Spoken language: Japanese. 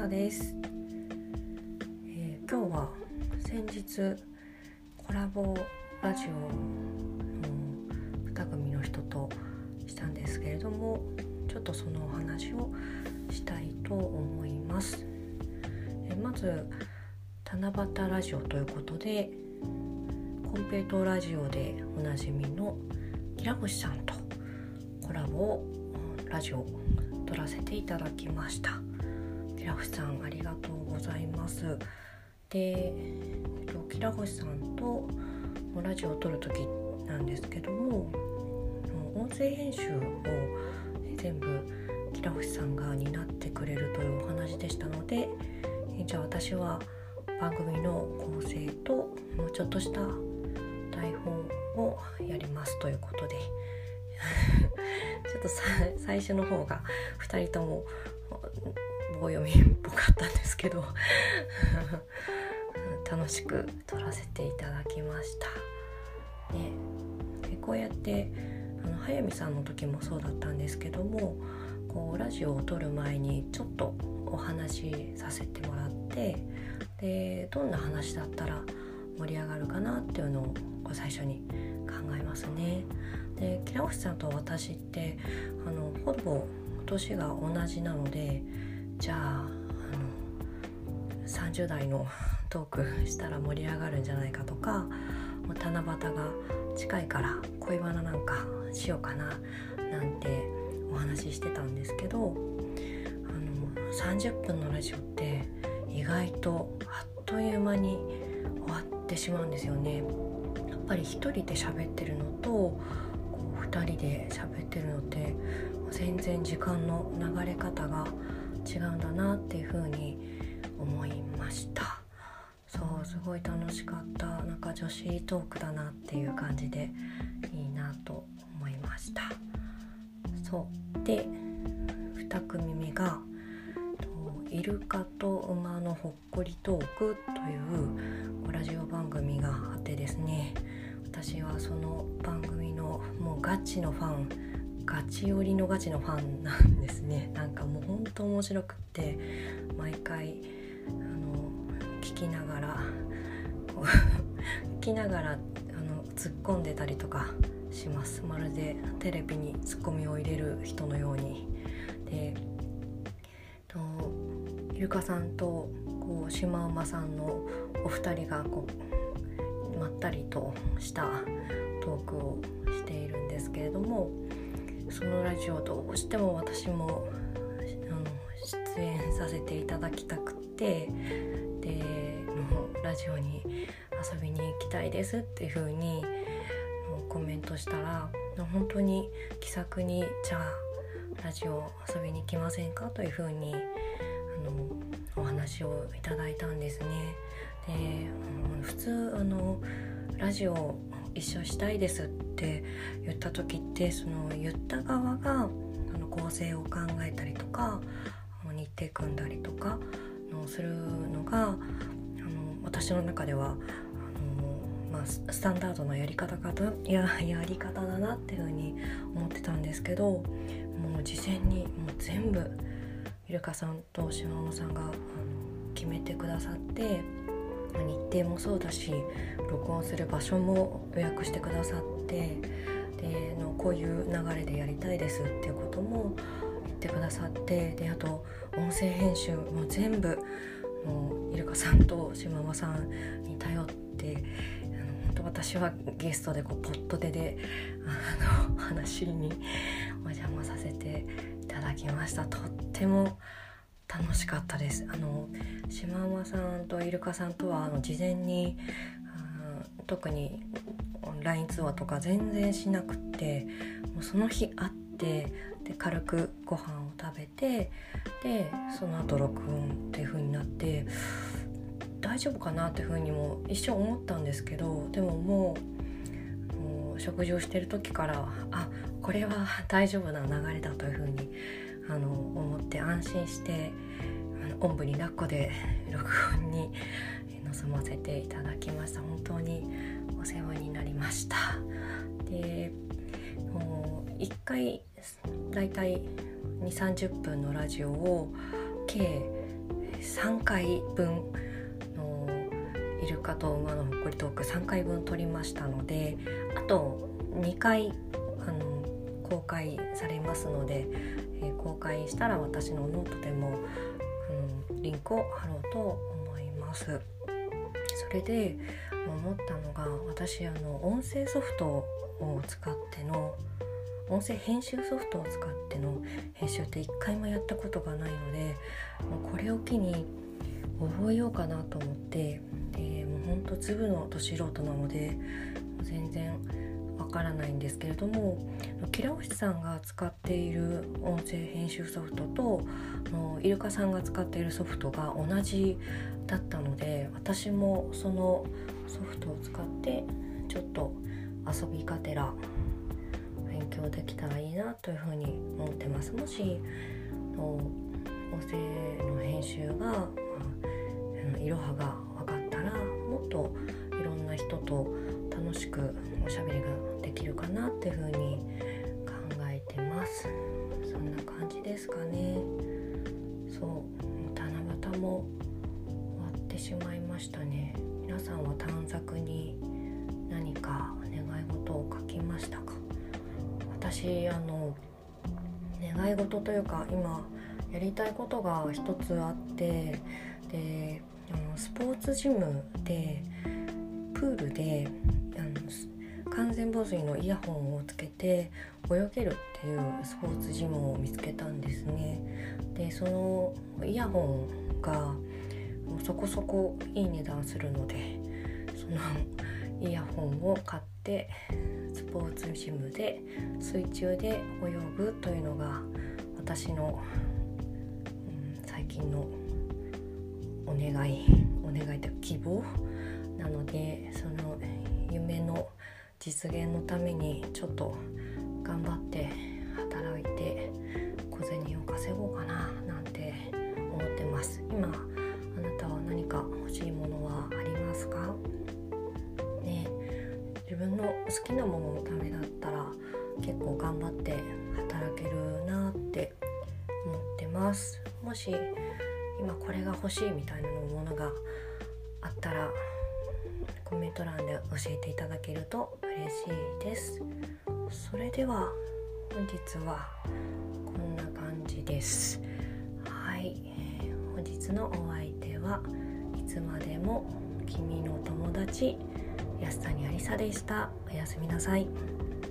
さです。今日は先日コラボラジオの2組の人としたんですけれども、ちょっとそのお話をしたいと思います。まず七夕ラジオということで、コンペイトラジオでおなじみのきら星さんとコラボラジオを撮らせていただきました。きら星さんありがとうございます。で、きら星さんとラジオを撮るときなんですけども、音声編集を全部きら星さんが担ってくれるというお話でしたので、じゃあ私は番組の構成ともうちょっとした台本をやりますということでちょっと最初の方が2人とも棒読みっぽかったんですけど楽しく撮らせていただきました、でこうやって早見さんの時もそうだったんですけども、ラジオを撮る前にちょっとお話しさせてもらって、でどんな話だったら盛り上がるかなっていうのを最初に考えますね。で、きら星さんと私ってほぼ年が同じなので、じゃあ30代のトークしたら盛り上がるんじゃないかとか、七夕が近いから恋バナなんかしようかななんてお話ししてたんですけど、30分のラジオって意外とあっという間に終わってしまうんですよね。やっぱり一人で喋ってるのと二人で喋ってるのって全然時間の流れ方が違うんだなっていう風に思いました。そうすごい楽しかった。なんか女子トークだなっていう感じでいいなと思いました。そうで、2組目がイルカと馬のほっこりトークというラジオ番組があってですね、私はその番組のもうガチのファン、ガチ寄りのガチのファンなんですね。なんかもう本当面白くって毎回聞きながら突っ込んでたりとかします。まるでテレビにツッコミを入れる人のように。で、イルカさんとシマウマさんのお二人がまったりとしたトークをしているんですけれども、そのラジオどうしても私も出演させていただきたくて、でラジオに遊びに行きたいですっていう風にコメントしたら、本当に気さくにじゃあラジオ遊びに行きませんかという風にお話をいただいたんですね。で、普通ラジオ一緒したいですって言った時って、その言った側が構成を考えたりとか日程組んだりとかするのが私の中ではスタンダードなやり方だなっていうふうに思ってたんですけど、もう事前にもう全部イルカさんとシマウマさんが決めてくださって、日程もそうだし録音する場所も予約してくださって、でこういう流れでやりたいですっていうことも言ってくださって、であと音声編集も全部イルカさんとシマウマさんに頼って、本当私はゲストでポットで話にお邪魔させていただきました。とっても楽しかったです。シマウマさんとイルカさんとは事前に特にLINE 通話とか全然しなくって、もうその日会って、で軽くご飯を食べて、でその後録音っていう風になって、大丈夫かなっていう風にも一瞬思ったんですけど、でももう食事をしてる時からこれは大丈夫な流れだという風に思って安心しておんぶに抱っこで録音に臨ませていただきました。本当にお世話になりました。で、1回だいたい 2,30 分のラジオを計 3回分のイルカと馬のほっこりトーク3回分撮りましたので、あと2回公開されますので、公開したら私のノートでも、リンクを貼ろうと思います。それで思ったのが、私音声ソフトを使っての音声編集ソフトを使っての編集って一回もやったことがないので、もうこれを機に覚えようかなと思って、でもうほんと粒のど素人なので全然わからないんですけれども、キラオシさんが使っている音声編集ソフトとイルカさんが使っているソフトが同じだったので、私もそのソフトを使ってちょっと遊びがてら勉強できたらいいなというふうに思ってます。もし音声の編集がいろはが分かったら、もっといろんな人と楽しくおしゃべりができるかなっていうふうに考えてます。そんな感じですかね。そう、七夕も終わってしまいましたね。皆さんは短冊に何か願い事を書きましたか？私願い事というか、今やりたいことが一つあって、でスポーツジムでプールで完全防水のイヤホンをつけて泳げるっていうスポーツジムを見つけたんですね。でそのイヤホンがそこそこいい値段するので、そのイヤホンを買ってスポーツジムで水中で泳ぐというのが私の、最近のお願いというか希望なので、その夢の実現のためにちょっと頑張って働いて小銭を稼ごうかななんて思ってます。今あなたは何か欲しいものはありますかね。自分の好きなもののためだったら結構頑張って働けるなって思ってます。もし今これが欲しいみたいなものがあったらコメント欄で教えていただけると嬉しいです。それでは本日はこんな感じです。はい、本日のお相手はいつまでも君の友達安谷ありさでした。おやすみなさい。